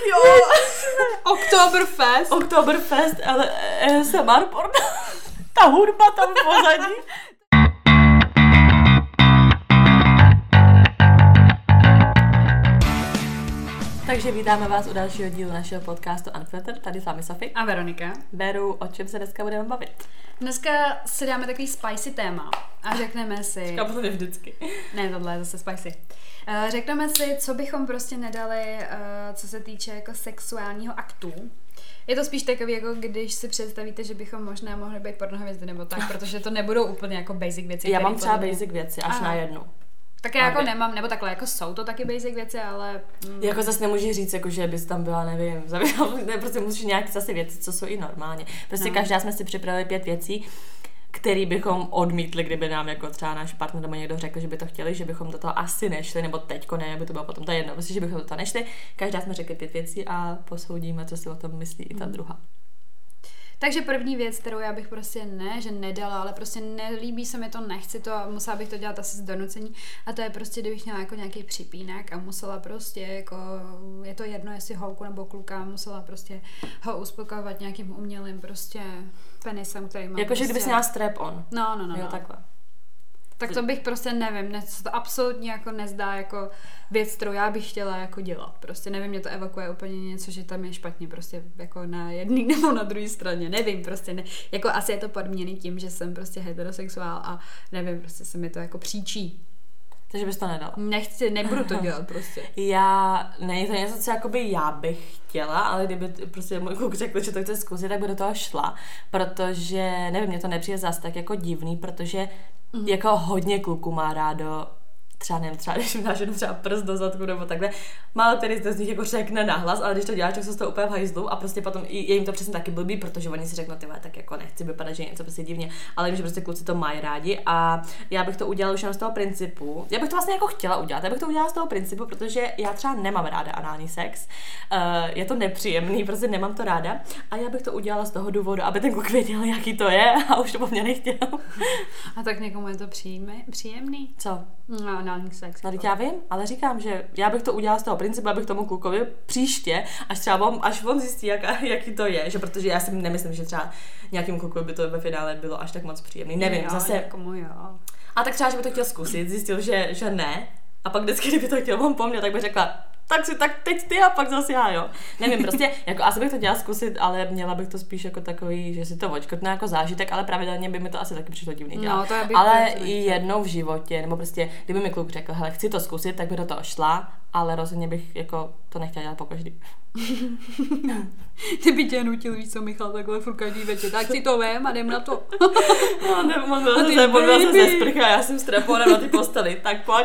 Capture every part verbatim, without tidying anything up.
jo. Oktoberfest. Oktoberfest, ale A S M R porno. Ta hudba tam v pozadí. Takže vítáme vás u dalšího dílu našeho podcastu Unfiltered. Tady s vámi Sofie. A Veronika. Veru, o čem se dneska budeme bavit? Dneska si dáme takový spicy téma a řekneme si... Říkám to vždycky. Ne, tohle je zase spicy. Uh, řekneme si, co bychom prostě nedali, uh, co se týče jako sexuálního aktu. Je to spíš takový, jako když si představíte, že bychom možná mohli být pornohvězdy nebo tak, protože to nebudou úplně jako basic věci. Já mám třeba basic věci, až Aha. na jednu. Tak já jako nemám, nebo takhle, jako jsou to taky basic věci, ale... Mm. Jako zase nemůžu říct, jako, že bys tam byla, nevím, ne, prostě musíš nějaký zase věci, co jsou i normálně. Prostě no. Každá jsme si připravili pět věcí, který bychom odmítli, kdyby nám jako třeba náš partner nebo někdo řekl, že by to chtěli, že bychom do toho asi nešli, nebo teďko ne, aby to bylo potom, to je jedno, prostě, že bychom do toho nešli. Každá jsme řekli pět věcí a posoudíme, co si o tom myslí i ta mm. druhá. Takže první věc, kterou já bych prostě ne, že nedala, ale prostě nelíbí se mi to, nechci to a musela bych to dělat asi z donucení a to je prostě, kdybych měla jako nějaký připínek a musela prostě jako, je to jedno, jestli holku nebo kluka, musela prostě ho uspokojovat nějakým umělým prostě penisem, který má. Jakože prostě... kdybys měla strap on. No, no, no. Jo, no. takhle. Tak to bych prostě nevím, ne, to absolutně jako nezdá jako věc, kterou já bych chtěla jako dělat. Prostě nevím, mě to evakuje úplně něco, že tam je špatně prostě jako na jedné nebo na druhé straně. Nevím, prostě ne. Jako asi je to podmíněný tím, že jsem prostě heterosexuál a nevím, prostě se mi to jako příčí. Takže bys to nedala? Nechci, nebudu to dělat prostě. Já, není to něco, co jakoby já bych chtěla, ale kdyby prostě můj kluk řekl, že to chce zkusit, tak by do toho šla, protože, nevím, mě to nepřijde zas tak jako divný, protože mm. jako hodně kluků má rádo, třeba nevím, třeba když mi dáš jenom třeba prst do zadku nebo takhle, málo který z nich jako řekne nahlas, ale když to děláš, tak jsou z toho úplně v hajzlu a prostě potom je jim to přesně taky blbý, protože oni si řeknou, ty vole, tak jako nechci vypadat, že je něco prostě divně, ale vím, že prostě kluci to mají rádi a já bych to udělala už jenom z toho principu. Já bych to vlastně jako chtěla udělat, já bych to udělala z toho principu, protože já třeba nemám ráda anální sex, uh, je to nepříjemný, prostě nemám to ráda a já bych to udělala z toho důvodu, aby ten kluk věděl, jaký to je a už to po mně nechtěl. A tak někomu je to příjemný? příjemný? Co? No, sex. No, já vím, ale říkám, že já bych to udělala z toho principu, abych tomu klukovi příště, až třeba on, až on zjistí, jak, jaký to je, že protože já si nemyslím, že třeba nějakým klukovi by to ve finále bylo až tak moc příjemný. Nevím, jo, zase. Někomu, jo. A tak třeba, že by to chtěl zkusit, zjistil, že, že ne. A pak vždycky, kdyby to chtěl on po mně, tak by řekla, tak si tak teď ty a pak zase já, jo. Nevím, prostě, jako asi bych to dělala zkusit, ale měla bych to spíš jako takový, že si to očkrtne jako zážitek, ale pravidelně by mi to asi taky přišlo divný dělat. No, to ale i jednou v životě, nebo prostě, kdyby mi kluk řekl, hele, chci to zkusit, tak by do toho šla, ale rozhodně bych jako to nechtěla dělat po každý. Ty by tě nutil, víš co, Michal, takhle furt každý večer, tak si to vem a jdem na to. No, ne, on byl zase, on byl zase ze sprchy a já jsem straponem na ty posteli, tak pojď.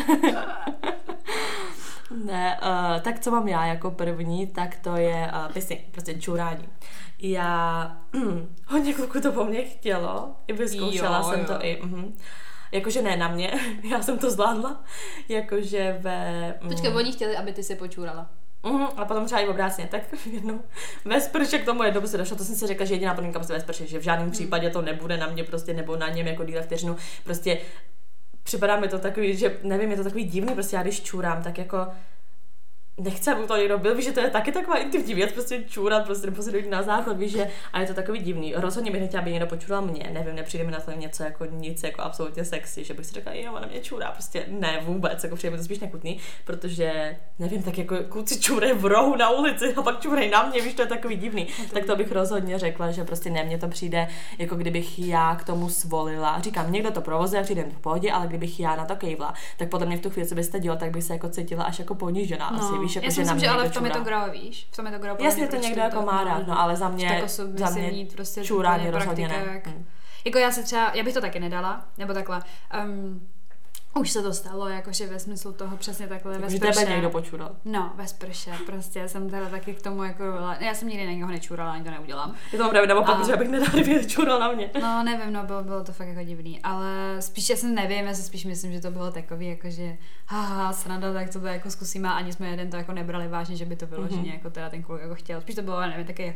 Ne, uh, tak co mám já jako první, tak to je uh, pissing, prostě čurání. Já, mm, hodně kluků to po mně chtělo, i vyzkoušela jo, jsem jo. to i, uh-huh. Jakože ne na mě, já jsem to zvládla, jakože ve... Mm, Počkej, oni chtěli, aby ty se počůrala. Uh-huh, a potom třeba i obráceně, tak jednou ve sprše k tomu jednou by se došlo, to jsem si řekla, že jediná podmínka prostě ve sprše, že v žádném případě to nebude na mě prostě, nebo na něm jako díle vteřinu, prostě připadá mi to takový, že nevím, je to takový divný, prostě já když čůrám, tak jako nechce, aby to někdo byl, víš, že to je taky taková intimní věc, prostě čůrat, prostě nebo se dojít na záchod, víš, že a je to takový divný. Rozhodně bych nechtěla, aby někdo počural mě, nevím, nepřijde mi na to něco jako nic, jako absolutně sexy, že bych si řekla, jo, ona mě čůrá, prostě ne vůbec, jako přijde mi to spíš nechutný, protože nevím, tak jako kluci čůrají v rohu na ulici a pak čůrají na mě, víš, to je takový divný. Tak to bych rozhodně řekla, že prostě ne, mně to přijde, jako kdybych já k tomu svolila. Říkám, někdo to provozuje, přijde v pohodě, ale kdybych já na to kejvla, tak podle mě v tu chvíli, co byste dělala, tak bych se jako cítila až jako ponížená, no. asi, víš, jako, že myslím, že ale v tom je to gro, víš? V tom je to gro. Jasně to někdo jako má rád, no ale za mě, za mě prostě čůrání rozhodně ne. Jak, hmm. Jako já se třeba, já bych to taky nedala, nebo takhle. Um, už se to stalo, jakože ve smyslu toho přesně takhle ve sprše. Že tebe někdo počural. No, ve sprše, prostě já jsem teda taky k tomu jako, já jsem nikdy na někoho nečůrala, ani to neudělám. Je to opravdu naopak, protože abych nedala, kdyby čůral na mě. No, nevím, no, bylo, bylo to fakt jako divný, ale spíš já jsem nevím, já si spíš myslím, že to bylo takový, jakože haha, sranda, tak to jako zkusíme a ani jsme jeden to jako nebrali vážně, že by to bylo, mm-hmm. že jako teda ten kluk jako chtěl. Spíš to bylo, nevím, taky jako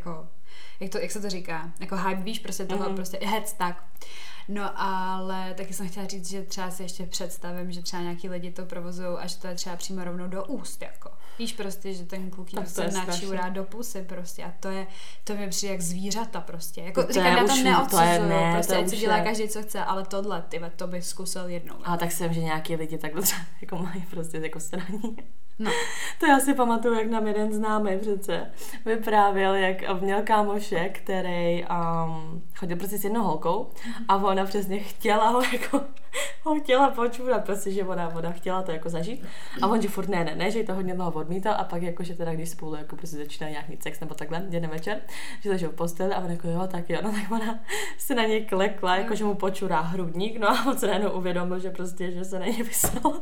jak, to, jak se to říká, jako hype, víš, prostě toho, mm-hmm. prostě heads, tak. No ale taky jsem chtěla říct, že třeba si ještě představím, že třeba nějaký lidi to provozují a že to je třeba přímo rovnou do úst, jako. Víš prostě, že ten kluk jí se načůrá do pusy prostě a to je, to mi přijde jak zvířata prostě. Jako to říkám, já to neodsuzuju, ne, prostě ať si dělá je... každý, co chce, ale tohle, tyve, to bych zkusil jednou. A tak jsem, že nějaký lidi takhle třeba jako mají prostě jako straní. No. To já si pamatuju, jak nám jeden známý přece vyprávěl, jak měl kámoše, který um, chodil prostě s jednou holkou a ona přesně chtěla ho jako ho chtěla počůrat, prostě, že ona, ona chtěla to jako zažít a on, že furt ne, ne, ne, že to hodně dlouho odmítal a pak jako, že teda když spolu jako prostě začíná nějaký sex nebo takhle, jeden večer, že ležel v posteli a on jako jo, tak jo, no tak ona se na něj klekla, jako že mu počurá hrudník, no a on se najednou uvědomil, že prostě, že se na něj vysel.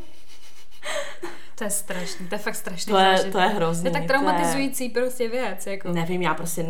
To je strašný, to je fakt strašný. To je, to je hrozný. To je tak traumatizující je... prostě věc. Jako. Nevím, já prostě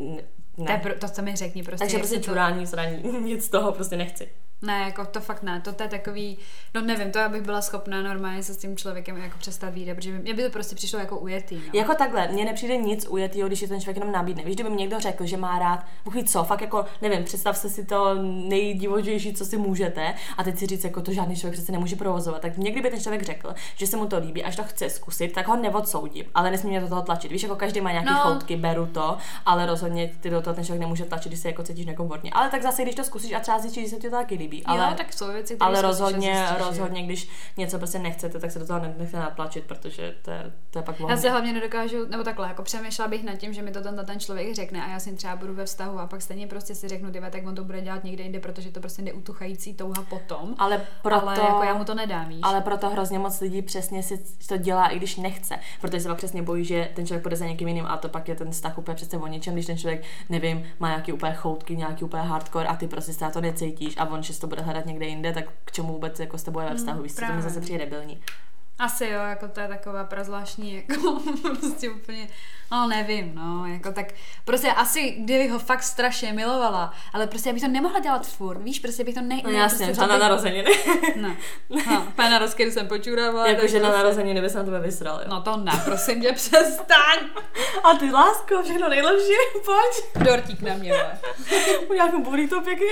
ne. To, je pro, to co mi řekni prostě. Takže prostě čurání, to... zraní, nic z toho prostě nechci. Ne, jako to fakt ne, to, to je takový, no nevím, to já bych byla schopná normálně se s tím člověkem jako přestat výdat, protože mě by to prostě přišlo jako ujetý, no. Jako takhle, mně nepřijde nic ujetýho, když je ten člověk jenom nabídne. Víš, kdyby mi někdo řekl, že má rád, buchví co, fakt jako, nevím, představte si to nejdivočejší, co si můžete a teď si říct, jako to žádný člověk přece nemůže provozovat. Tak někdy by ten člověk řekl, že se mu to líbí, až to chce zkusit, tak ho neodsoudím, ale nesmí mě do toho tlačit. Víš, jako každý má nějaký no. choutky, beru to, ale rozhodně ty do toho ten člověk nemůže tlačit, když se jako cítíš nekomfortně. Ale tak zase, když to zkusíš a třeba zjistíš, že se ti to taky líbí. Ale... Jo, tak věci, ale rozhodně, rozhodně, když něco prostě nechcete, tak se do toho nechte natlačit, protože to je, to je pak bohně. Já se hlavně nedokážu, nebo takhle, jako přemýšlela bych nad tím, že mi to ten, ten člověk řekne a já s ním třeba budu ve vztahu a pak stejně prostě si řeknu, tyve, tak on to bude dělat někde jinde, protože to prostě neutuchající touha potom. Ale proto, ale jako já mu to nedám, víš. Ale proto hrozně moc lidí přesně si to dělá, i když nechce, protože se pak přesně bojí, že ten člověk půjde za někým jiným a to pak je ten vztah úplně přece o ničem, když ten člověk, nevím, má nějaký úplně choutky, nějaký úplně hardcore a ty prostě se to necítíš a on si to bude hledat někde jinde, tak k čemu vůbec jako s tebou je ve vztahu, mm, víš, to mi zase přijde debilní. Asi jo, jako to je taková prazvláštní, jako prostě úplně, no nevím, no, jako tak, prostě asi, kdybych ho fakt strašně milovala, ale prostě já bych to nemohla dělat furt, víš, prostě bych to ne... No jasně, prostě, na narozeniny. Ne, no, pár narozky jsem počurávala. Jako, že prostě... na narozeniny bys na tebe vysral, jo. No to ne, prosím tě, přestaň. A ty, lásko, všechno nejlepší, pojď. Dortík na mě, ale. Uděláš mu bolí to pěkně.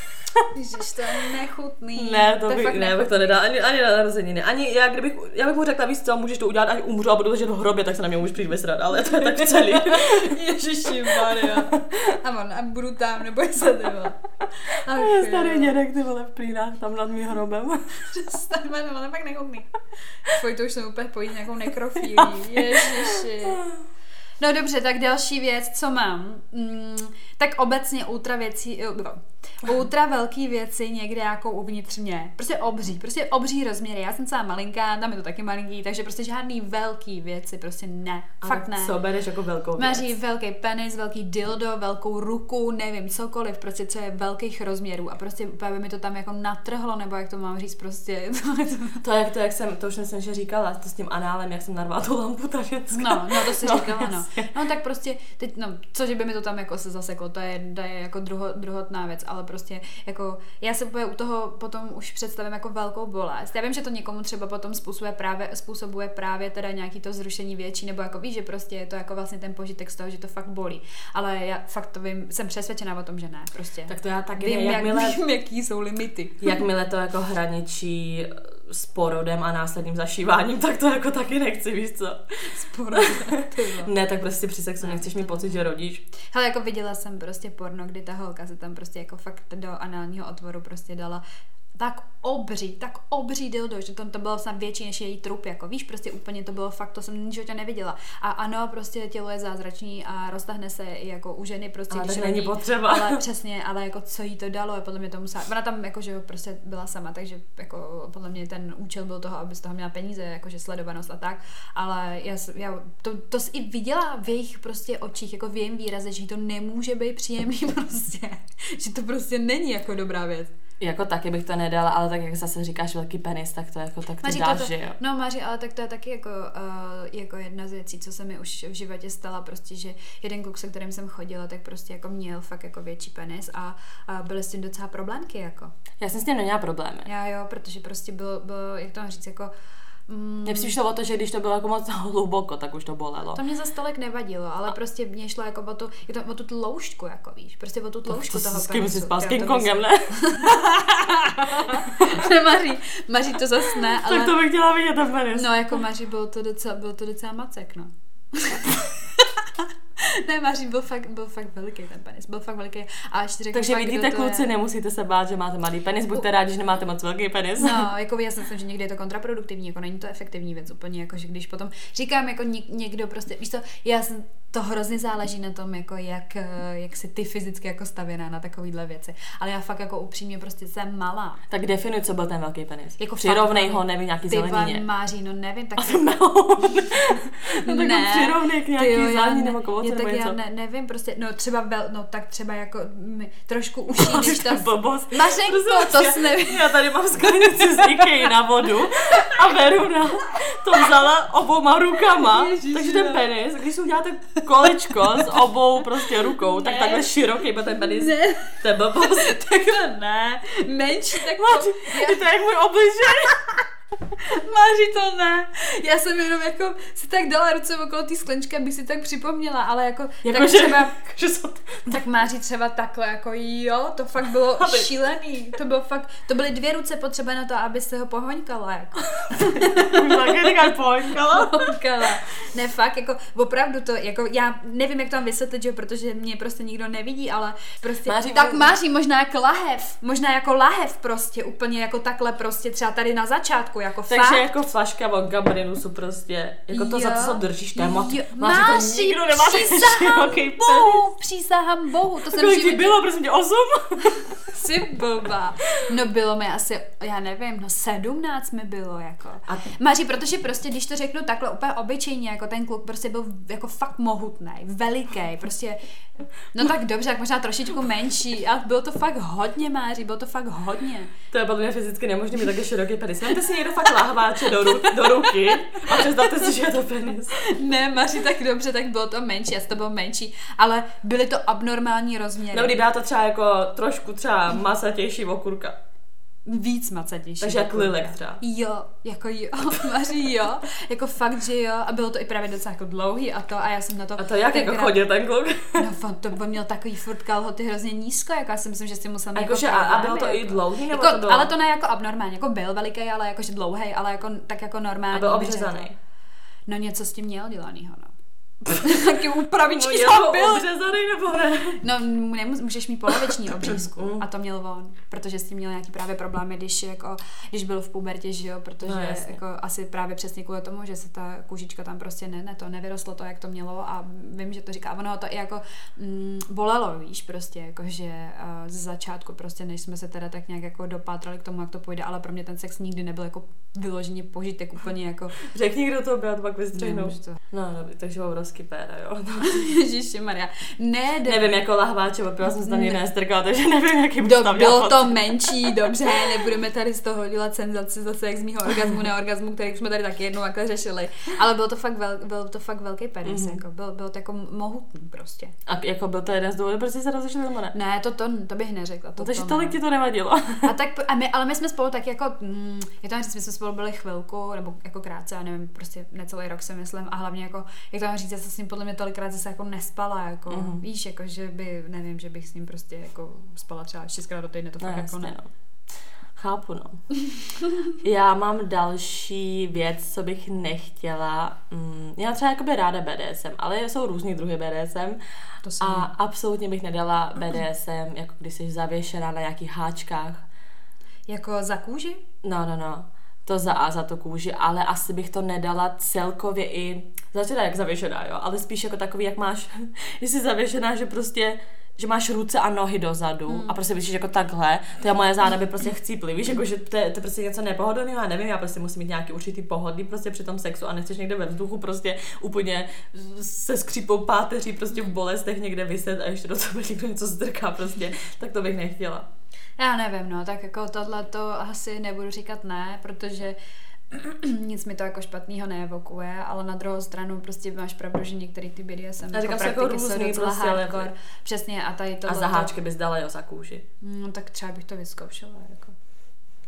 Ježiš, to je nechutný. Ne, to, to bych, ne, bych to nedala ani, ani na narozeniny. Ani já, kdybych, já bych mu řekla, víš co, můžeš to udělat, až umřu a budu ležet v hrobě, tak se na mě můžeš přijít vysrat, ale to je tak celý. Ježiši Maria. A on, a budu tam, neboj se, ty vole. A je starý dědek, ty vole, v plínách, tam nad mým hrobem. Přestaň, no, ale pak nechutný. Tvoj, to už jsem úplně pojít nějakou nekrofílí. Ježiši. No dobře, tak další věc, co mám, mm, tak obecně ultra věcí, ultra velký věci někde jako uvnitř mě, prostě obří, prostě obří rozměry, já jsem celá malinká, tam je to taky malinký, takže prostě žádný velký věci, prostě ne, a fakt ne. Co bereš jako velkou věc? Maří velký penis, velký dildo, velkou ruku, nevím, cokoliv, prostě co je velkých rozměrů a prostě úplně by mi to tam jako natrhlo, nebo jak to mám říct, prostě. To jak to, jak jsem, to už jsem že říkala, to s tím análem, jak jsem narvala tu lampu, ta ženská. No, no to si no, říkala, no. No tak prostě, teď, no, cože by mi to tam jako se zaseklo, to je, to je jako druho, druhotná věc, ale prostě jako, já se úplně u toho potom už představím jako velkou bolest. Já vím, že to někomu třeba potom způsobuje právě, způsobuje právě teda nějaký to zrušení větší, nebo jako víš, že prostě je to jako vlastně ten požitek z toho, že to fakt bolí. Ale já fakt to vím, jsem přesvědčená o tom, že ne, prostě. Tak to já taky vím, ne, jakmile, jak, vím, jaký jsou limity. Jakmile to jako hraničí s porodem a následným zašíváním, tak to jako taky nechci, víš co? S porodem, ne, tak prostě při sexu ne, nechceš mít pocit, že rodíš. Hele, jako viděla jsem prostě porno, kdy ta holka se tam prostě jako fakt do análního otvoru prostě dala tak obří, tak obří dildo, že to, to bylo snad větší než její trup, jako víš, prostě úplně to bylo fakt, to jsem ničeho tě neviděla. A ano, prostě tělo je zázračný a roztahne se i jako u ženy, prostě ale když tak není potřeba. Ale přesně, ale jako co jí to dalo, a podle mě to musela, ona tam jako, že prostě byla sama, takže jako podle mě ten účel byl toho, aby z toho měla peníze, jakože sledovanost a tak, ale já, já to, to jsi i viděla v jejich prostě očích, jako v jejím výraze, že jí to nemůže být příjemný prostě, že to prostě není jako dobrá věc. Jako taky bych to nedala, ale tak jak zase říkáš velký penis, tak to jako tak to Maří, dáš, to, že jo. No Maří, ale tak to je taky jako, uh, jako jedna z věcí, co se mi už v životě stala, prostě, že jeden kluk, se kterým jsem chodila, tak prostě jako měl fakt jako větší penis a, a byly s tím docela problémky, jako. Já jsem s tím neměla problémy. Já jo, protože prostě bylo, bylo jak to mám říct, jako Mm. Mně přišlo o to, že když to bylo jako moc hluboko, tak už to bolelo. To mě za stolek nevadilo, ale a... prostě mě šlo jako o tu, je to o tu tloušťku, jako víš, prostě o tu tloušťku toho penisu. S kým jsi spal? S King Kongem, ne? Ne, Maří, Maří to zas ne, ale... Tak to bych chtěla vidět ten penis. No, jako Maří byl to docela, byl to docela macek, no. Ne, Maří byl fakt, byl fakt veliký ten penis, byl fakt veliký. A ještě řeknu, takže fakt, vidíte, kluci, je... nemusíte se bát, že máte malý penis, buďte rádi, že nemáte moc velký penis. No, jako já si myslím, že někdy je to kontraproduktivní, jako není to efektivní věc úplně, jako že když potom říkám, jako někdo prostě, víš to, já jsem, to hrozně záleží na tom, jako jak, jak si ty fyzicky jako stavěná na takovýhle věci. Ale já fakt jako upřímně prostě jsem malá. Tak definuj, co byl ten velký penis. Jako přirovnej ho, nevím, nějaký zelenině. Ty Máří, no nevím, tak... A to melon. No tak ne, přirovnej k nějaký zelení nebo k ovoci nebo něco. Já ne, nevím, prostě, no třeba, vel, no tak třeba jako mi, trošku uší, než ta... Blbost. Mařenko, to jsi nevím. Já tady mám sklenici z Ikei na vodu a Veruna to vzala obouma rukama. Ježiš, takže ten penis, když si uděláte kolečko s obou prostě rukou, ne. tak takhle široký byl ten penis. Ne. To je blbost. Takhle ne. Menší, tak to... Je to jak můj obličej. Máří, to ne. Já jsem jenom jako si tak dala ruce okolo té skleničky, abych si tak připomněla, ale jako, jako tak že, třeba, že jsou... tak Máří třeba takhle, jako jo, to fakt bylo šílený. To bylo fakt, to byly dvě ruce potřeba na to, aby se ho pohoňkala, jako. Také říkáš pohoňkala? Pohoňkala. Ne, fakt, jako opravdu to, jako já nevím, jak to mám vysvětlit, že, protože mě prostě nikdo nevidí, ale prostě, Máří, tak Máří možná jako lahev, možná jako lahev prostě, úplně jako takhle prostě, třeba tady na začátku, jako takže fakt. jako flaška od Gabrinusu prostě, jako to, jo, za co držíš témat. Máří, to nikdo nemá přísahám Bohu, přísahám Bohu. To kolik ti bylo, prosím tě, osm? Jsi blbá. No bylo mi asi, já nevím, no sedmnáct mi bylo, jako. A Maří, protože prostě, když to řeknu takhle úplně obyčejně, jako ten kluk prostě byl jako fakt mohutnej, veliký, prostě, no tak dobře, jak možná trošičku menší, ale bylo to fakt hodně, Máří, bylo to fakt hodně. To je podle mě fyzicky nemožné mít také široký penis. Máte si někdo fakt lahváče do, ru, do ruky a představte si, že je to penis. Ne, Maří, tak dobře, tak bylo to menší, asi to bylo menší, ale byly to abnormální rozměry. No, kdyby já to třeba jako trošku třeba masatější okurka. Víc macatější. Takže jak Lilek třeba. Jo, jako jo, Maří, jo, jako fakt, že jo, a bylo to i právě docela jako dlouhý a to, a já jsem na to... A to jak jako krát... chodil ten kluk? No, to by měl takový furt kalhoty hrozně nízko, jako já si myslím, že si musel mít jako, jako že, a, a bylo to jako, i dlouhý, nebo jako, to bylo? Ale to ne jako abnormální, jako byl veliký, ale jakože dlouhej, ale jako tak jako normální. A byl obřezaný. No něco s tím měl dělanýho, no. Taky úpravičky tam byl. Obřezaný nebo ne? No, nemus, můžeš mít poloviční obřízku a to měl on, protože s tím měl nějaký právě problémy, když, jako, když byl v pubertě, že jo, protože no, jako, asi právě přesně kvůli tomu, že se ta kůžička tam prostě ne, ne, to nevyrostlo to, jak to mělo a vím, že to říká, ono to i jako mm, bolelo, víš, prostě, jako, že uh, z začátku prostě, než jsme se teda tak nějak jako dopátrali k tomu, jak to půjde, ale pro mě ten sex nikdy nebyl jako vyloženě požitek úplně jako... Řekni, kdo to byl, to pak vystřihnou. To... No, no, takže obrovský péra, jo. No. Ježišimaria. Ne, de... Nevím, jako lahváče, opěla jsem se tam někde nestrkala, takže nevím, jaký Do, bylo to menší, dobře, nebudeme tady z toho dělat senzaci zase jak z mýho orgazmu, neorgazmu, který jsme tady taky jednou takhle řešili. Ale byl to fakt, vel, byl to fakt velký penis, mm-hmm. jako, byl, byl to jako mohutný prostě. A jako byl to jeden z důvodů, proč jsi se rozešli nebo ne? Ne, to, to, to bych neřekla. To, no, takže to tolik ne. ti to nevadilo. A tak, a my, ale my jsme spolu tak jako, mm, je to říct, my jsme spolu byli chvilku, nebo jako krátce, já nevím, prostě necelý rok si myslím, a hlavně jako, jak to říct, já se s ním podle mě tolikrát zase jako nespala, jako, mm-hmm. víš, jako, že by, nevím, že bych s ním prostě jako spala třeba šestkrát do týdne, to fakt no, jako jasně, ne. No. Chápu, no. Já mám další věc, co bych nechtěla. Mm, já třeba jakoby ráda bé dé es em, ale jsou různý druhy bé dé es em a absolutně bych nedala bé dé es em, jako když jsi zavěšená na nějakých háčkách. Jako za kůži? No, no, no. To za a za to kůži, ale asi bych to nedala celkově i, začala jak zavěšená, jo, ale spíš jako takový, jak máš, když jsi zavěšená, že prostě že máš ruce a nohy dozadu hmm. a prostě víš, jako takhle, to je moje záda by prostě chcíply, víš, jako že to je, to je prostě něco nepohodlného, já nevím, já prostě musím mít nějaký určitý pohodlí prostě při tom sexu a nechceš někde ve vzduchu prostě úplně se skřípou páteří prostě v bolestech někde vyset a ještě do toho někdo něco zdrká prostě, tak to bych nechtěla. Já nevím, no, tak jako tohle to asi nebudu říkat ne, protože nic mi to jako špatného neevokuje, ale na druhou stranu prostě máš pravdu, že některý ty bé dé es em jako praktiky jako jsou docela hardcore. Přesně, a tady tohle... A za háčky bys dala, jo, za kůži. No tak třeba bych to vyzkoušela, jako.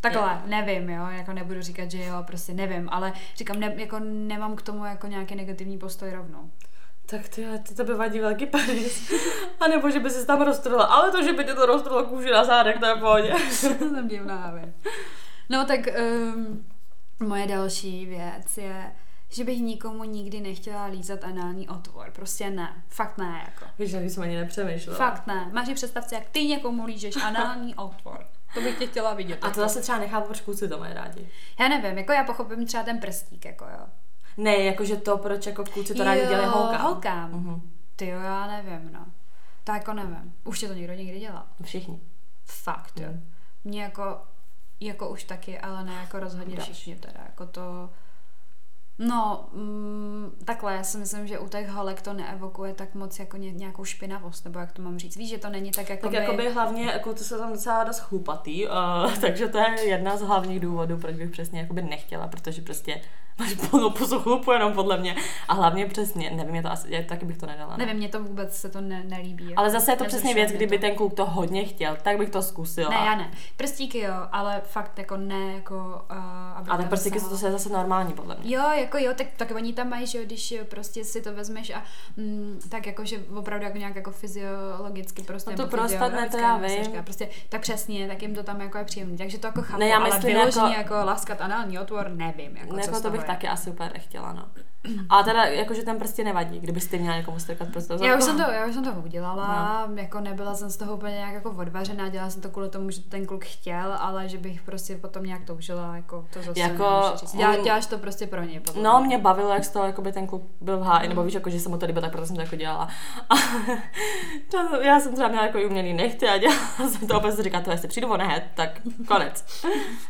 Takhle, Je. nevím, jo, jako nebudu říkat, že jo, prostě nevím, ale říkám, ne, jako nemám k tomu jako nějaký negativní postoj rovnou. Tak ty, ty to by vadí velký penis. A nebo že by si tam roztrhla, ale to, že by ti to roztrhlo kůži na zádech, to je v pohodě. Jsem divná, vím. No tak um, moje další věc je, že bych nikomu nikdy nechtěla lízat anální otvor. Prostě ne. Fakt ne, jako. Víš, že jsem ani nepřemýšlela. Fakt ne. Máš si představ si, jak ty někomu lížeš anální otvor. To bych tě chtěla vidět. A to jako. zase třeba nechápu, proč kluci to mají rádi. Já nevím, jako já pochopím třeba ten prstík, jako jo. Ne, jakože to, proč jako kluci to rádi dělají holkám. holkám. Mhm. Ty jo, já nevím, no. To jako nevím. Už tě to někdo někdy dělal. Všichni. Fakt, jo. Mm. Mně jako, jako už taky, ale ne jako rozhodně Dáš. všichni teda, jako to... No, mm, takhle, já si myslím, že u těch holek to neevokuje tak moc jako ně, nějakou špinavost, nebo jak to mám říct. Víš, že to není tak jako Tak by... jakoby hlavně kluci jsou tam docela dost chlupatý, uh, takže to je jedna z hlavních důvodů, proč bych přesně jakoby nechtěla, protože prostě máš plnou pusu chlupu jenom podle mě. A hlavně přesně, nevím, je to asi, je, taky bych to nedala. Ne? Nevím, mně to vůbec se to ne, nelíbí. Jako. Ale zase je to přesně věc, Nevzrušuje kdyby mě to. ten kluk to hodně chtěl, tak bych to zkusila. Ne, já ne. Prstíky jo, ale fakt jako ne, jako... Uh, aby Ale tam prstíky sahala. to je zase normální podle mě. Jo, jako jo, tak, tak oni tam mají, že jo, když prostě si to vezmeš a mm, tak jako, že opravdu jako nějak jako fyziologicky prostě. No to nebo prostatné, to fyziologicky, já nevím, jak se vím. říká, prostě tak přesně, tak jim to tam jako je příjemný, takže to jako chápu, Ne, já ale myslím vyloženě jako- jako láskat anální otvor, nevím, jako No, co jako z to toho bych je. taky asi úplně nechtěla, no. Ale teda, jakože ten prostě nevadí, kdybyste měla někomu strkat prostě za Já už to. jsem to, já už jsem to udělala, no. Jako nebyla jsem z toho úplně nějak jako odvařená, dělala jsem to kvůli tomu, že ten kluk chtěl, ale že bych prostě potom nějak toužila, jako to zase Jako, nemůžu říct. Dělá, on- děláš to prostě pro ně. Podle No, mě. mě bavilo, jak z toho jakoby ten kluk byl v háji, nebo víš, jako, že se mu to líbilo, tak proto jsem to jako dělala. A to, já jsem třeba měla jako umělý nechty a dělala jsem to, opět si říká, to jestli přijdu o nehet, tak konec.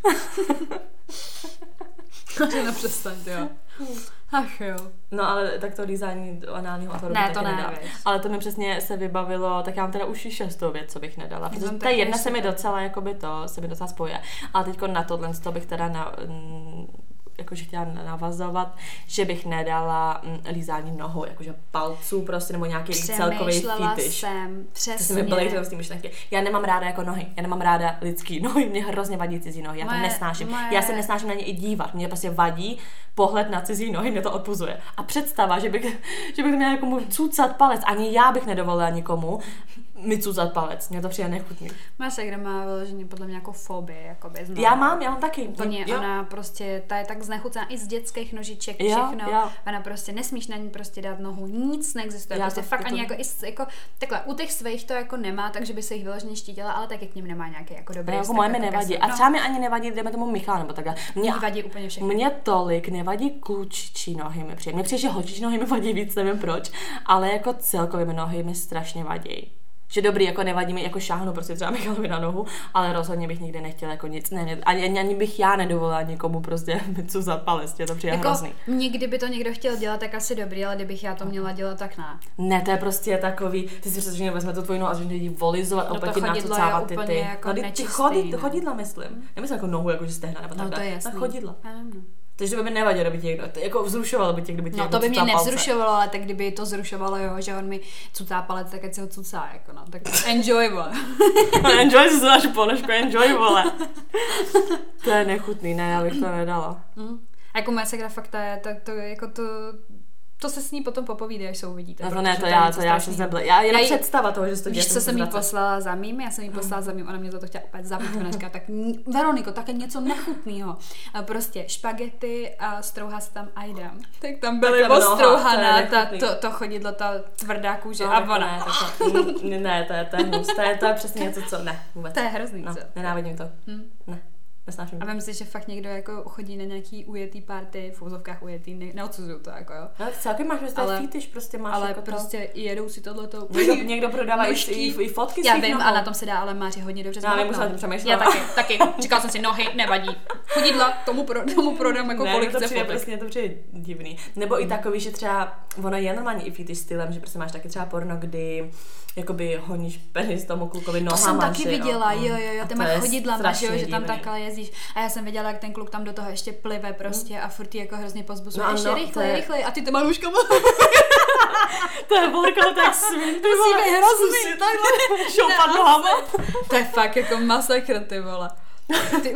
No přestaň, jo. Ach jo. No ale tak to lízání análního otvoru Ne, bych to taky ne, nedala. viď. Ale to mi přesně se vybavilo, tak já mám teda už i šestou věc, co bych nedala. Protože mám ta taky jedna se mi super. docela, jakoby to, se mi docela spojuje. Ale teďko na tohle to bych teda na, mm, jakože chtěla navazovat, že bych nedala mm, lízání nohou, jakože palců prostě, nebo nějaký celkový Přemýšlela fetiš. jsem, To se mi přesně. byly tyhle ty myšlenky. Já nemám ráda jako nohy, já nemám ráda lidský nohy, mě hrozně vadí cizí nohy, já to Moje- nesnáším. moje- Já se nesnáším na ně i dívat, mě prostě vadí pohled na cizí nohy, mě to odpuzuje. A představa, že bych, že bych měla někomu cucat palec, ani já bych nedovolila nikomu mi cucat palec, mě to přijde nechutný. Má se, kde má vyloženě podle mě jako fobii, jakoby, znám. Já mám, já mám taky. Úplně, Jo. ona prostě, ta je tak znechucená i z dětských nožiček, Jo, všechno. jo. Ona prostě nesmíš na ní prostě dát nohu, nic neexistuje. Já Prostě to- fakt to- ani jako, i, s- jako, takhle, u těch svých to jako nemá, takže by se jich vyloženě štítila, ale taky k ním nemá nějaký jako dobrý No, jako vztah, moje mi jako ke nevadí. svým. A třeba mi ani nevadí, jdeme tomu Michal, nebo takhle. Mě, Mně vadí úplně všechno. Mně tolik nevadí klučičí nohy mi přijde. Mně přijde, že holčičí nohy mi vadí víc, nevím proč, ale jako celkově mi nohy mi strašně vadí. Že dobrý, jako nevadí mi, jako šáhnu prostě třeba Michalovi na nohu, ale rozhodně bych nikdy nechtěla jako nic, ne, ne ani, ani bych já nedovolila někomu prostě mi cuzat palec, je to přijde Jako, hrozný. mě kdyby to někdo chtěl dělat, tak asi dobrý, ale kdybych já to měla dělat, tak ne. Ne, to je prostě takový, ty si představíš, že vezme tu tvoji nohu a že jí volizovat, No to opět ti chodidlo je nacucávat ty úplně ty. jako No, ty, ty nečistý, chodid, ne? chodidla myslím. Nemyslím jako nohu, jako že stehna nebo No takhle. to je jasný. Na chodidla. Já nevím, no. Takže to by mi nevadilo, kdyby tě někdo, to jako vzrušovalo by tě, kdyby tě No někdo to by mě cucal palce. nevzrušovalo, ale tak kdyby to zrušovalo, jo, že on mi cucá palec, tak ať se ho cucá, jako no, tak enjoy, vole. Enjoy si znáš ponožku, enjoy, vole. To je nechutný, ne, já bych to nedala. Mm. A jako moje segra fakt je, tak to jako to, to se s ní potom popovídá, až se uvidíte. No to protože ne, to je já, něco to já strašného. jsem nebyla. Já jenom Já jí- představa toho, že se to děje. Víš, co jsem jí poslala za mým? Já jsem jí poslala za mým, ona mě za to chtěla opět zabít. Ona říká, tak n- Veroniko, také něco nechutného. A prostě špagety a strouhá se tam ajdem. Tak tam byly Tak ta noha, ostrouhaná, to je ta, nechutný. to, to chodidlo, ta tvrdá kůže No, a tak ona. ne, tak to, ne, ne, to je, to je hnus, to je, to je přesně něco, co, ne, vůbec. To je hrozný, No, co? nenávidím to, Hm. ne, nesnáším A to. vem si, že fakt někdo jako chodí na nějaký ujetý party, v úzovkách ujetý, ne, neodsuzuju to, jako jo. No, celkem máš prostě Ale- fetiš, prostě máš Ale jako prostě jedou si tohleto. to. Někdo, někdo prodává i, Nožky. i, i fotky Já svých vím, nohou. a na tom se dá ale Máři hodně dobře Já vím, zbohatnout. už jsem tím přemýšlela. Já taky, taky. Říkala jsem si, nohy, nevadí. Chodidla, tomu, pro, tomu prodám jako ne, kolik to chce přijde, fotek. prostě, to přijde divný. Nebo i takový, že třeba, ono je normálně i fetiš stylem, že prostě máš taky třeba porno, kdy jakoby honíš penis tomu klukovi To nohama. jsem taky že jo. viděla, jo, jo, jo, A ty to máš je chodidlama, že jo, strašně že tam divný. takhle jezdíš. A já jsem viděla, jak ten kluk tam do toho ještě plive prostě a furt jí jako hrozně pozbuzuje. No ještě ano, rychle, to je- rychle, a ty to maluškama. To je volko tak svým, ty Musí být hrozný. takhle šoupat nohama. To je fakt jako masakr, ty vole. Ty...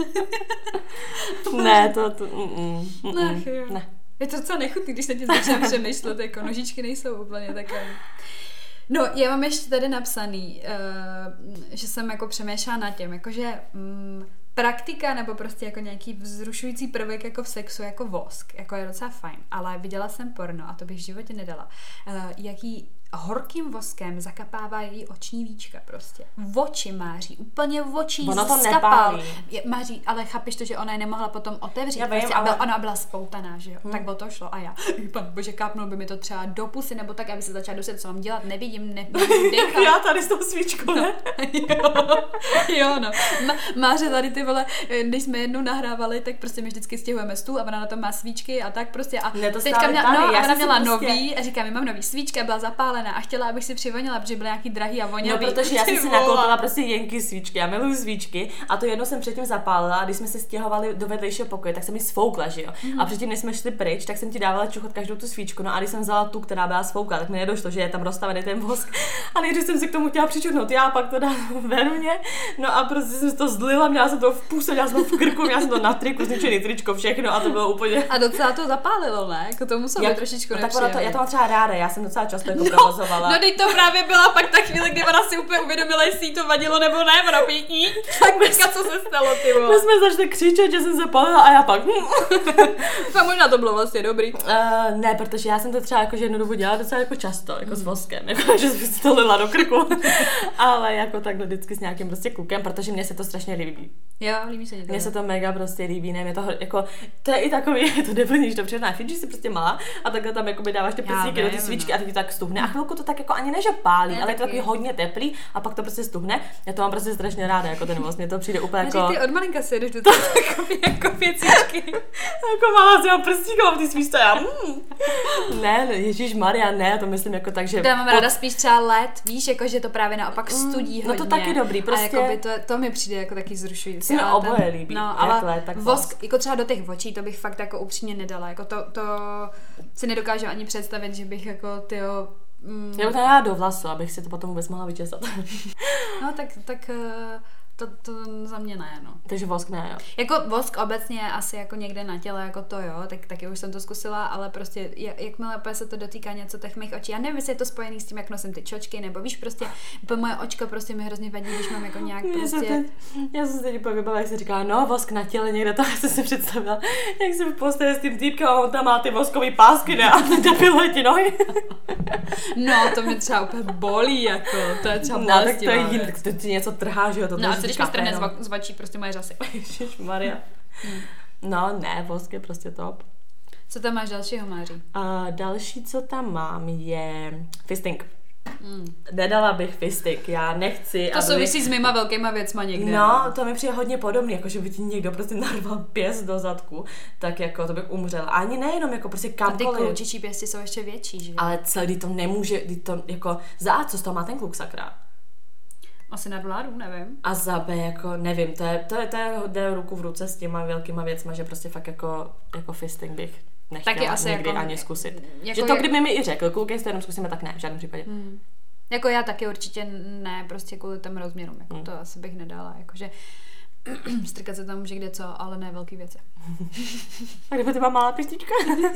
ne, to, to mm, mm, no, mm, jo. ne. Je to docela nechutný, když se ti začne přemýšlet, jako nožičky nejsou úplně takové. No, já mám ještě tady napsaný, uh, že jsem jako přemýšlela nad tím, jakože um, praktika nebo prostě jako nějaký vzrušující prvek jako v sexu, jako vosk, jako je docela fajn, ale viděla jsem porno a to bych v životě nedala. Uh, jaký horkým voskem zakapává její oční víčka prostě. V oči máří, úplně v očí ono to skapal. nepálí. Je, máří, ale chápeš to, že ona je nemohla potom otevřít. Já vím, prostě, ale... a byla, ona byla spoutaná, že jo. Hmm. Tak o to šlo a já. Pane bože, kápnul by mi to třeba do pusy, nebo tak, aby se začala dusit, co mám dělat, nevidím, ne, Jak já tady s tou svíčkou, ne? jo, jo, no. Ma, Máře tady ty vole, když jsme jednou nahrávali, tak prostě my vždycky stěhujeme stůl a ona na tom má svíčky a tak prostě. A ne, to teďka měla, tady, no, a ona měla prostě... nový a říká mi, mám nový, svíčka byla zapálená a chtěla, abych si přivonila, protože byly nějaký drahý a voněvý. No, protože já jsem si nakoupila prostě jenky svíčky, já miluju svíčky a to jednou jsem předtím zapálila a když jsme se stěhovali do vedlejšího pokoje, tak jsem ji sfoukla, že jo. Mm-hmm. A předtím, než jsme šli pryč, tak jsem ti dávala čuchat každou tu svíčku, no a když jsem vzala tu, která byla sfoukla, tak mi nedošlo, že je tam rozstavený ten vosk. A nejdřív jsem si k tomu chtěla přičuchnout, já pak to dám ve runě, no a prostě jsem to zlila, měla jsem to v puse, měla jsem to v krku, měla jsem to na triku, zničený tričko, všechno a to bylo úplně. A docela to zapálilo, ne? Jako to muselo být trošičku no, tak to, já to mám třeba ráda, já jsem docela často jako no, provozovala. No, teď to právě byla pak ta chvíle, kdy ona si úplně uvědomila, jestli jí to vadilo nebo ne, ona pěkní. Tak teďka, co se stalo, ty vole. My jsme začali křičet, že jsem se palila a já pak. A možná to bylo vlastně dobrý. Uh, ne, protože já jsem to třeba jako, že jednu dobu dělala docela jako často, jako s voskem, jako, že jsem si to lila do krku. Ale jako takhle vždycky s nějakým prostě klukem, protože mně se to strašně líbí. Jo, líbí se to. Mně se to mega prostě líbí, ne, mě to jako, to je i takový, je to debilní, to přijedná fidži si prostě malá a takhle tam jakoby dáváš ty prstíky do ty svíčky no. A ty tak stuhne a chvilku to tak jako ani ne, že pálí, ne, ale je to takový hodně teplý a pak to prostě stuhne. Já to mám prostě strašně ráda, jako ten vosk, mě to přijde úplně jako... Ty od malinka si jedeš do toho takové jako věcičky. Jako malá si mám prstíky, mám ty svíčky, já mm. Ne, ježišmarja, ne, to myslím jako tak, že... Já mám ráda spíš třeba led, víš, jako že to právě naopak studí mm, hodně. No to taky dobrý, prostě... A to, to mi přijde jako taky zrušující. Se mi oboje líbí, no, ale led, tak vosk, vosk, jako třeba do těch očí, to bych fakt jako upřímně nedala, jako to, to si nedokážu ani představit, že bych jako tyjo... Mm. Já bych to dala do vlasu, abych si to potom vůbec mohla vyčesat. No tak, tak to, to za mě ne, no. Takže vosk ne, jo. Jako vosk obecně asi jako někde na těle, jako to jo, tak taky už jsem to zkusila, ale prostě jakmile se to dotýká něco těch mých očí, já nevím, jestli je to spojený s tím, jak nosím ty čočky, nebo víš, prostě po moje očko prostě mi hrozně vadí, když mám jako nějak prostě... Teď, já jsem se teď úplně vybavila, jak se říká, no vosk na těle někde, to jsem si představila, jak jsem v posteli s tím týpkem a on tam má ty voskový pásky, ne, a ty depiluje ti nohy. No, to mě třeba úplně bolí, jako, to je třeba no, tak to je jiný, tak to ti něco trhá, že jo, to no, a co když mi strhne z vačí prostě moje řasy. Ježišmarja. Hmm. No, ne, vosk je prostě top. Co tam máš dalšího, Máří? Uh, další, co tam mám, je fisting. Hmm. Nedala bych fisting, já nechci. To aby... souvisí s mýma velkýma věcma někde. No, to mi přijde hodně podobný, jako že by ti někdo prostě narval pěst do zadku, tak jako to bych umřela. Ani nejenom jako prostě kamkoliv. A ty klučičí pěsti jsou ještě větší, že? Ale celý to nemůže, to jako za co z toho má ten kluk sakra? Asi na vládu, nevím. A za B, jako nevím, to je, to je, to je, jde ruku v ruce s těma velkýma věcma, že prostě fakt jako, jako fisting bych nechtěla taky asi nikdy jako, ani zkusit. Jako že to, je... kdyby mi i řekl, kluk, jestli jenom zkusíme, tak ne, v žádném případě. Hmm. Jako já taky určitě ne, prostě kvůli těm rozměrům, jako hmm. to asi bych nedala, jakože strkat se tam může kde co, ale ne velký věci. A kdyby ty má malá pištička?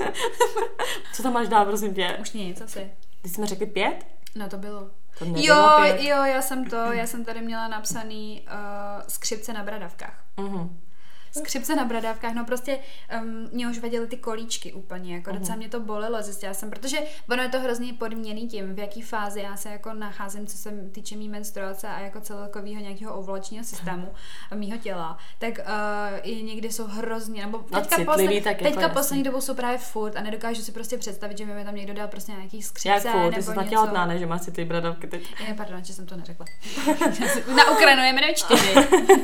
Co tam máš dál, prosím tě? Už nic, asi. Když jsme řekli pět? No to bylo. To nebylo jo, pět. jo, já jsem to, já jsem tady měla napsaný uh, skřipce na bradavkách. Uh-huh. Skřipce na bradavkách, no prostě um, mě už vadily ty kolíčky úplně, jako uh-huh. docela mě to bolelo, zjistila jsem, protože ono je to hrozně podměný tím, v jaký fázi já se jako nacházím, co se týče mý menstruace a jako celkovýho nějakého ovulačního systému mýho těla, tak uh, i někdy jsou hrozně, nebo teďka, no, poslední, tak teďka jako poslední dobou jsou právě furt a nedokážu si prostě představit, že by mi tam někdo dal prostě nějaký skřipce. Jak furt, ty jsi snad těhotná, ne, že máš si ty bradavky teď. Je, pardon, že jsem to neřekla. Na Ukrajinu je jmenuji čtyři.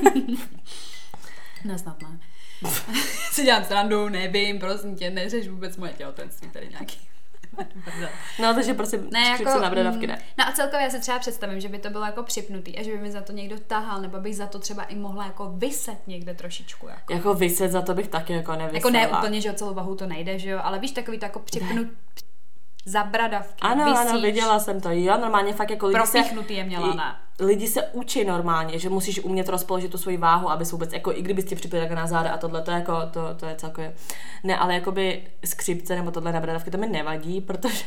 Ne, snad ne. Si dělám srandu, nevím, prosím tě, neřeš vůbec moje těhotenství tady nějaký. No, takže prostě ne, jako, na bradavky ne. No a celkově já si třeba představím, že by to bylo jako připnutý a že by mi za to někdo tahal, nebo bych za to třeba i mohla jako vyset někde trošičku. Jako, jako vyset za to bych taky jako nevysela. Jako ne úplně, že o celou vahu to nejde, že jo, ale víš, takový to jako připnut... za bradavky, ano, visíš. Ano, viděla jsem to, jo, normálně fakt jako lidi se... Propíchnutý je měla, ne? Lidi se učí normálně, že musíš umět rozpoložit tu svoji váhu, aby se vůbec, jako i kdyby tě připili jako na záda a tohle, to jako, to, to je celkově... Ne, ale jakoby skřipce nebo tohle na bradavky, to mi nevadí, protože...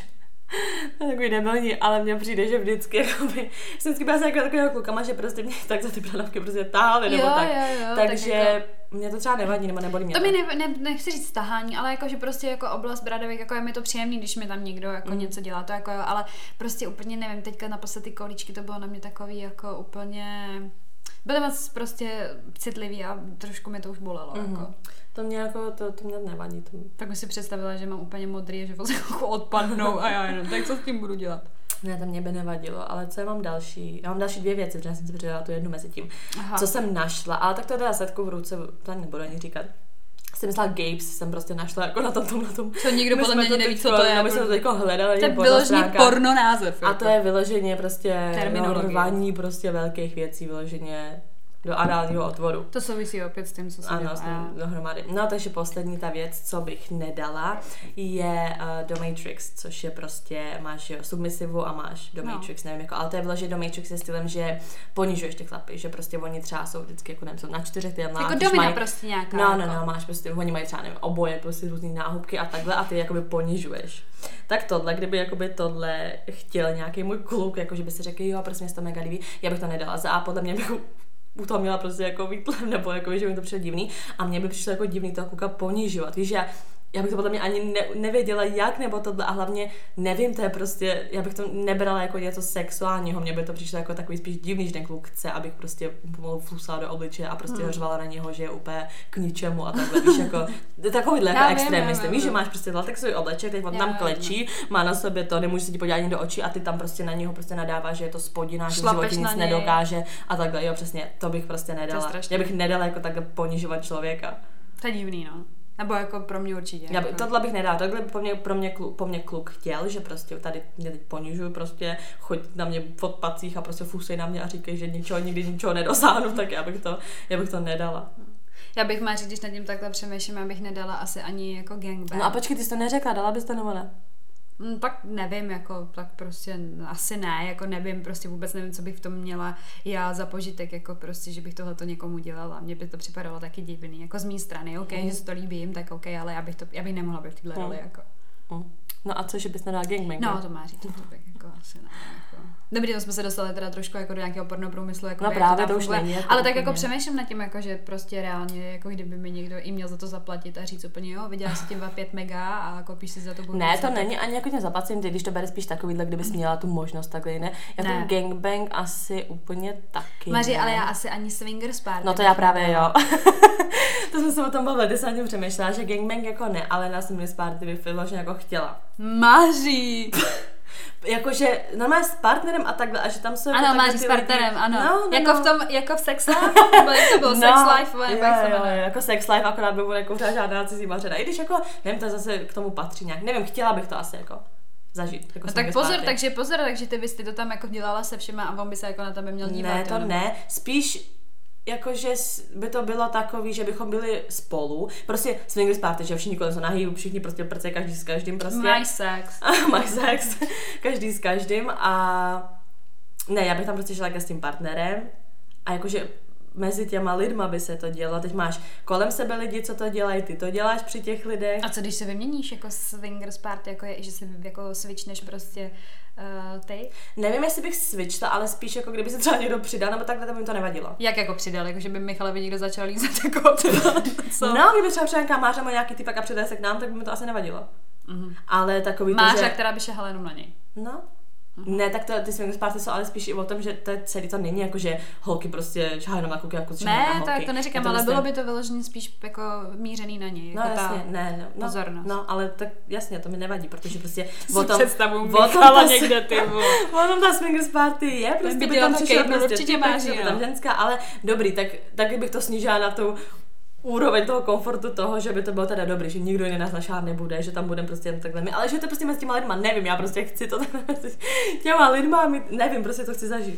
To je takový debilní, ale mně přijde, že vždycky jakoby, jsem vždycky byla se jako takového klukama, že prostě mě tak za ty bradavky prostě táhali, nebo jo, tak. Jo, jo, takže tak jako... mě to třeba nevadí, nebo nebolí mě to. To mi ne, ne, nechci říct tahání, ale jako, že prostě jako oblast bradavek, jako je mi to příjemný, když mi tam někdo jako mm. něco dělá, to jako jo, ale prostě úplně nevím, teďka naposled ty kolíčky, to bylo na mě takový jako úplně... Byly moc prostě citlivý a trošku mi to už bolelo, mm. jako. To mě jako, to, to mě nevadí. To... Tak bych si představila, že mám úplně modrý a že vlastně jako odpadnou a já jenom, tak co s tím budu dělat? Ne, to mě by nevadilo, ale co já mám další? Já mám další dvě věci, protože jsem si přidala tu jednu mezi tím. Aha. Co jsem našla, ale tak to je teda setku v ruce, to nebudu ani říkat. Jsem myslela Gapes, jsem prostě našla jako na tom, tom, na tom. Co nikdo podle mě neví, co to je. No, my jsme to teďko hledali. To je vyložený porno název. A to je vyloženě prostě rvaní prostě velkých věcí, vyloženě do análního otvoru. To souvisí opět s tím, co jsem dělala. Ano, dohromady. No, takže poslední ta věc, co bych nedala, je uh, domatrix, což je prostě, máš jo, submisivu a máš domatrix, no. Nevím, jako, ale to je vyloženě domatrix se stylem, že ponižuješ ty chlapy, že prostě oni třeba jsou vždycky, jako nevím, jsou na čtyřech týdnách. Jako domina mají, prostě nějaká. No, jako. no, no, máš prostě, oni mají třeba, nevím, oboje, prostě různý náhubky a takhle a ty jakoby ponižuješ. Tak tohle, kdyby jakoby tohle chtěl nějaký můj kluk, jako že by si řekl, jo, prostě mě to mega líbí, já bych to nedala. Za a podle mě bych u toho měla prostě jako výtlem, nebo jako, že mi to přišlo divný a mně by přišlo jako divný toho kluka ponižovat. Víš, já, já bych to podle mě ani ne, nevěděla jak, nebo tohle a hlavně nevím, to je prostě, já bych to nebrala jako něco sexuálního, mně by to přišlo jako takový spíš divný, že ten kluk chce, abych prostě pomalu flusala do obličeje a prostě hmm. řvala na něho, že je úplně k ničemu a takhle, víš, jako takovýhle jako extrémisty, víš, že máš prostě latexový obleček, teď on tam klečí, má na sobě to, nemůže se ti podívat ani do očí a ty tam prostě na něho prostě nadává, že je to spodina, že v životě nic nedokáže a takhle, jo, přesně, to bych prostě nedala. Já bych nedala jako takhle ponižovat člověka. To je divný, no. Nebo jako pro mě určitě. Já by, tohle bych nedala, tohle by po mně, pro mě, kluk, po mně kluk chtěl, že prostě tady mě teď ponižuju, prostě choď na mě v odpacích a prostě fusej na mě a říkej, že ničeho, nikdy ničeho nedosáhnu, tak já bych to, já bych to nedala. Já bych má říct, když nad tím takhle přemýšlím, abych nedala asi ani jako gangbang. No a počkej, ty jsi to neřekla, dala bys to nebo ne? Mm, tak nevím, jako, tak prostě asi ne, jako nevím, prostě vůbec nevím, co bych v tom měla já za požitek, jako prostě, že bych tohleto někomu dělala. Mně by to připadalo taky divný, jako z mý strany, ok, mm. že se to líbí jim, tak ok, ale já bych, to, já bych nemohla být v téhle roli, jako. Mm. No a co, že bys nedala gangbang? No, to má říct, to bych jako asi ne, jako. Dobrý, to jsme se dostali teda trošku jako do nějakého pornoprůmyslu, jako no právě to, to už není. Jako ale tak jako přemýšlím nad tím, jako, že prostě reálně, jako kdyby mi někdo i měl za to zaplatit a říct úplně, jo, vyděláš si tím pět mega a koupíš si za to budu. Ne, to tak... není ani jako tím zaplacím, když to bere spíš takovýhle, kdybys měla tu možnost takhle, ne? Já ten gangbang asi úplně taky. Maři, ale já asi ani swingers party. No to já právě jo. To jsme se o tom bavili, ty jsem tím přemýšlela, že gangbang jako ne, ale na swingers party bych vyloženě jako chtěla. Maří! Jakože normálně s partnerem a takhle, a že tam jsou ano, máš s partnerem, lidi. ano. No, no, jako no. v tom, jako v Sex Life, nebo jak to bylo, no, Sex Life, jo, jak se jo, jo, jako Sex Life, akorát by bylo jako žádná cizí vařena. I když jako, nevím, to zase k tomu patří nějak, nevím, chtěla bych to asi jako zažít. Jako no tak pozor, party. takže pozor, takže ty bys ty to tam jako dělala se všema a on by se jako na tebe měl dívat. Ne, to nebo? ne, spíš jakože by to bylo takový, že bychom byli spolu, prostě swingers party, že všichni kolem jsou nahý, všichni prostě prce, každý s každým prostě. Mají sex. Mají sex, každý s každým a ne, já bych tam prostě šla s tím partnerem a jakože mezi těma lidma by se to dělo. Teď máš kolem sebe lidi, co to dělají, ty to děláš při těch lidech. A co když se vyměníš jako swingers party, jako je, že si jako switchneš prostě uh, ty? Nevím, jestli bych switchla, ale spíš jako kdyby se třeba někdo přidal, nebo takhle, to by mi to nevadilo. Jak jako přidal? Jako že by Michalovi někdo začal lízat jako třeba, co? No, kdyby třeba přijel nějaká Mářa nebo nějaký typek a přidal se k nám, tak by mi to asi nevadilo. Mm-hmm. Ale takový Mářa, to, že... která by šahala jenom na něj. No. Mm-hmm. Ne, tak to, ty swingers party jsou ale spíš i o tom, že to je celý, to není jako, že holky prostě šahají jenom na kluky, jako ne, na holky. Ne, to neříkám, to ale myslím... bylo by to vyloženě spíš jako mířený na něj. Jako no jasně, ta ne, no, no, pozornost. No, ale tak jasně, to mi nevadí, protože prostě o tom... představu Michala někde, ty vole. O tom ta swingers party je, prostě by tam přišla prostě určitě máš, tam ženská, ale dobrý, tak taky bych to snížila na tu úroveň toho komfortu toho, že by to bylo teda dobrý, že nikdo jiný nás našát nebude, že tam budeme prostě jen takhle my, ale že to prostě mezi těma lidma, nevím, já prostě chci to takhle mezi těma lidma, my, nevím, prostě to chci zažít.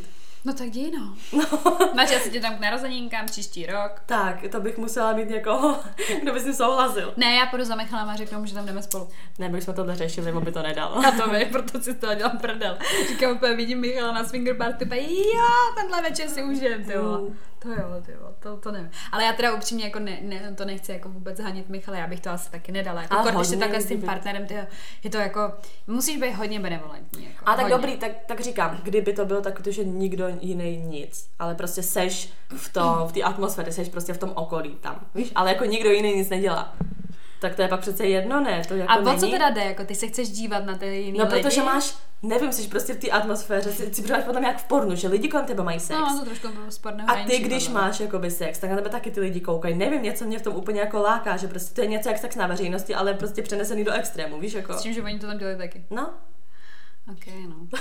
No tak jdi, no. Máš asi tě tam k narozeninkám příští rok. Tak, to bych musela mít někoho, kdo by s ním souhlasil. Ne, já půjdu za Michalem a řeknu mu, že tam jdeme spolu. Ne, bychom tohle řešili, bo by to nedalo. A to vy, proto si z toho dělám prdel. Říkám úplně, vidím Michala na swinger party, úplně, jo, tenhle večer si užijem, ty vole. Mm. To jo, ty vole, to, to nevím. Ale já teda upřímně jako ne, ne, to nechci jako vůbec hanit Michala, já bych to asi taky nedala. Jako kor, když jsi takhle s tím partnerem, ty, je to jako, musíš být hodně benevolentní. Jako, a tak hodně. dobrý, tak, tak říkám, kdyby to bylo tak, že nikdo jiný nic, ale prostě seš v tom, v té atmosféře, seš prostě v tom okolí tam, víš, ale jako nikdo jiný nic nedělá. Tak to je pak přece jedno, ne? To jako a o není... co teda jde? Jako ty se chceš dívat na ty jiný No, lidi? protože máš, nevím, jsi prostě v té atmosféře, si, si připadáš potom jak v pornu, že lidi kolem tebe mají sex. No, to trošku sporného. A ty, když máš jakoby sex, tak na tebe taky ty lidi koukají. Nevím, něco mě v tom úplně jako láká, že prostě to je něco jak sex na veřejnosti, ale prostě přenesený do extrému, víš jako. S tím, že oni to tam dělají taky. No. Ok, no.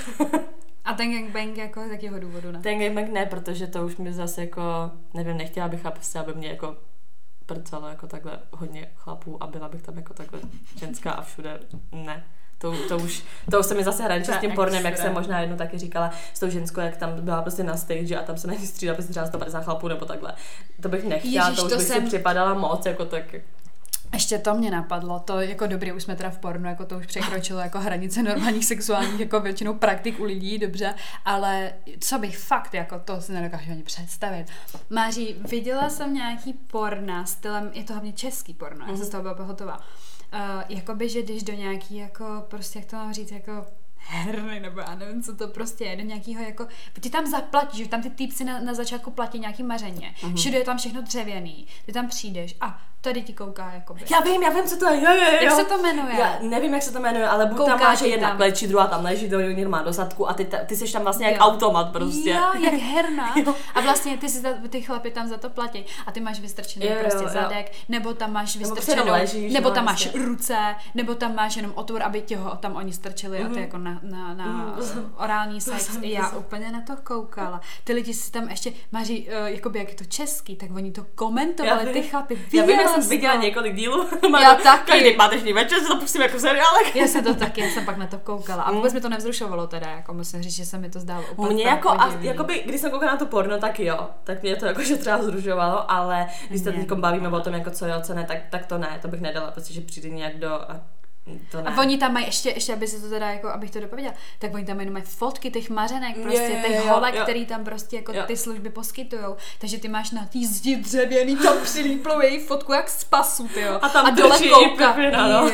A ten gangbang jako z jakého důvodu, ne? Ten gangbang ne, protože to už mi zase jako, nevím, nechtěla bych, prostě, aby mě jako prcalo jako takhle hodně chlapů a byla bych tam jako takhle ženská a všude ne. To, to, už, to už se mi zase hraniče s tím pornem, jak jsem možná jednou taky říkala s tou ženskou, jak tam byla prostě na stage a tam se na ní střídala prostě třeba sto padesát chlapů nebo takhle. To bych nechtěla, Ježiš, to už to bych jsem... si připadala moc, jako tak. Ještě to mě napadlo, to jako dobrý, už jsme teda v pornu, jako to už překročilo jako hranice normálních sexuálních jako většinou praktik u lidí, dobře, ale co bych fakt, jako to si nedokážu ani představit. Máří, viděla jsem nějaký porna stylem, je to hlavně český porno, mm. já jsem z toho byla hotová. Uh, jakoby, že když do nějaký jako, prostě jak to mám říct, jako herny, nebo já nevím, co to prostě je, do nějakého jako, ty tam zaplatíš, že tam ty týpci na, na začátku platí nějaký mařeně, mm. všude je tam všechno dřevěný, ty tam přijdeš a tady ti kouká, jakoby. Já vím, já vím, co to je, jo, jo, jo. Jak se to jmenuje? Já nevím, jak se to jmenuje, ale buď tam máš jedna plečí, druhá tam leží, do jiný má dosadku a ty, ty jsi tam vlastně jak jo. automat prostě. Jo, jak herna. Jo. A vlastně ty, si za, ty chlapi tam za to platí a ty máš vystrčený jo, prostě jo, zadek, jo. nebo tam máš vystrčenou, nebo, ležíš, nebo tam máš vlastně. ruce, nebo tam máš jenom otvor, aby tě ho tam oni strčili mm-hmm. a ty jako na, na, na mm-hmm. orální sex. Já úplně na to koukala. Ty lidi si tam ještě, Maří, uh, jakoby jak je to český, tak oni to komentovali, ty chlapi. Jsem viděla několik dílů. Já taky. Každý páteční večer se to pustím jako seriálek. Já jsem to taky, já jsem pak na to koukala. A vůbec mi to nevzrušovalo teda, jako musím říct, že se mi to zdálo úplně. Mně jako, a, jakoby, když jsem koukala na to porno, tak jo. Tak mě to jakože třeba vzrušovalo, ale když se teď bavíme o tom, jako co jo, co ne, tak, tak to ne, to bych nedala, protože přijde nějak do... A... To ne. A oni tam mají ještě, ještě aby se to teda jako, abych to dopověděla, tak oni tam mají fotky těch mařenek, prostě je, je, těch holek, který tam prostě jako jo. ty služby poskytujou. Takže ty máš na tý zdi dřevěný tam přilíplou jejich fotku jak z pasu, tyjo. A tam a dole kouka. Pepina, no.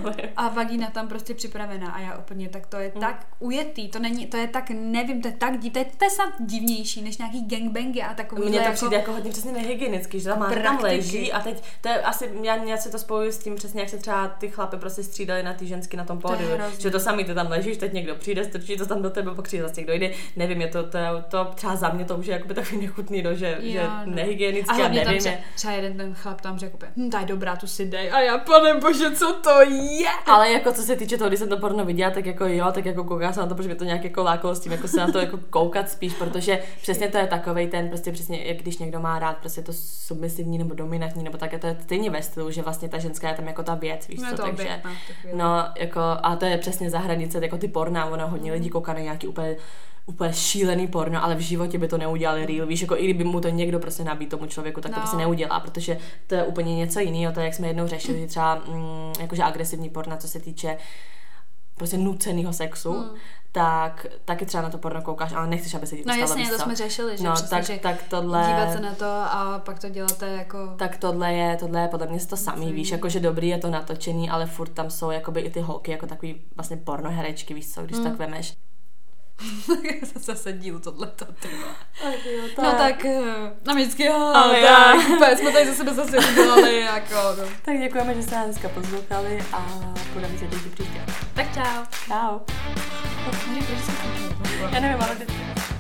A vagína tam prostě připravená a já úplně, tak to je hmm. tak ujetý, to není, to je tak, nevím, to je tak div, to je, to je snad divnější, než nějaký gangbangy a takový. Mně to jako přijde jako hodně přesně nehygienický, že tam má tam leží a teď, to je asi, já, já si to spojuji s tím přesně, jak se třeba ty chlapy prostě střídali na ty žensky na tom pódiu, že to samý ty tam ležíš, teď někdo přijde, strčí to tam do tebe, pak přijde zase někdo jde, nevím, je to, to, to třeba za mě to už je jakoby takový nechutný, no, že, jo, že no. nehygienický a, a nevím. Třeba, třeba jeden ten chlap tam řekl, hm, daj dobrá, tu si dej a já, pane bože, co to je? Ale jako co se týče toho, když jsem to porno viděla, tak jako jo, tak jako kouká se na to, protože mě to nějak jako lákalo s tím, jako se na to jako koukat spíš, protože přesně to je takovej ten, prostě přesně, jak když někdo má rád prostě to submisivní nebo dominantní, nebo tak, to je stejně ve stylu, že vlastně ta ženská je tam jako ta věc, víš co, takže, no, jako, a to je přesně za hranice, jako ty porna, ono hodně lidí kouká na nějaký úplně úplně šílený porno, ale v životě by to neudělali real, víš, jako i kdyby mu to někdo prostě nabít tomu člověku, tak to no. prostě neudělá, protože to je úplně něco jiného, to je, jak jsme jednou řešili, že třeba mm, jakože agresivní porna, co se týče prostě nucenýho sexu, hmm. tak taky třeba na to porno koukáš, ale nechceš, aby se ti to stalo. No jasně, to jsme řešili, že no, přesně, tak, že tak tohle, dívat se na to a pak to děláte jako... Tak tohle je, tohle je podle mě to samý, víš, jakože dobrý je to natočený, ale furt tam jsou jakoby i ty holky, jako takový vlastně pornoherečky, víš co, když hmm. tak vemeš. Zase díl tohleto, tyhle. Tak. No tak na vždycky, jo, tak úplně jsme tady za sebe zase udělali, jako, no. Tak děkujeme, že jste nás dneska poslouchali a budeme se teď příště. Tak čau. Čau. Já nevím, ale ty...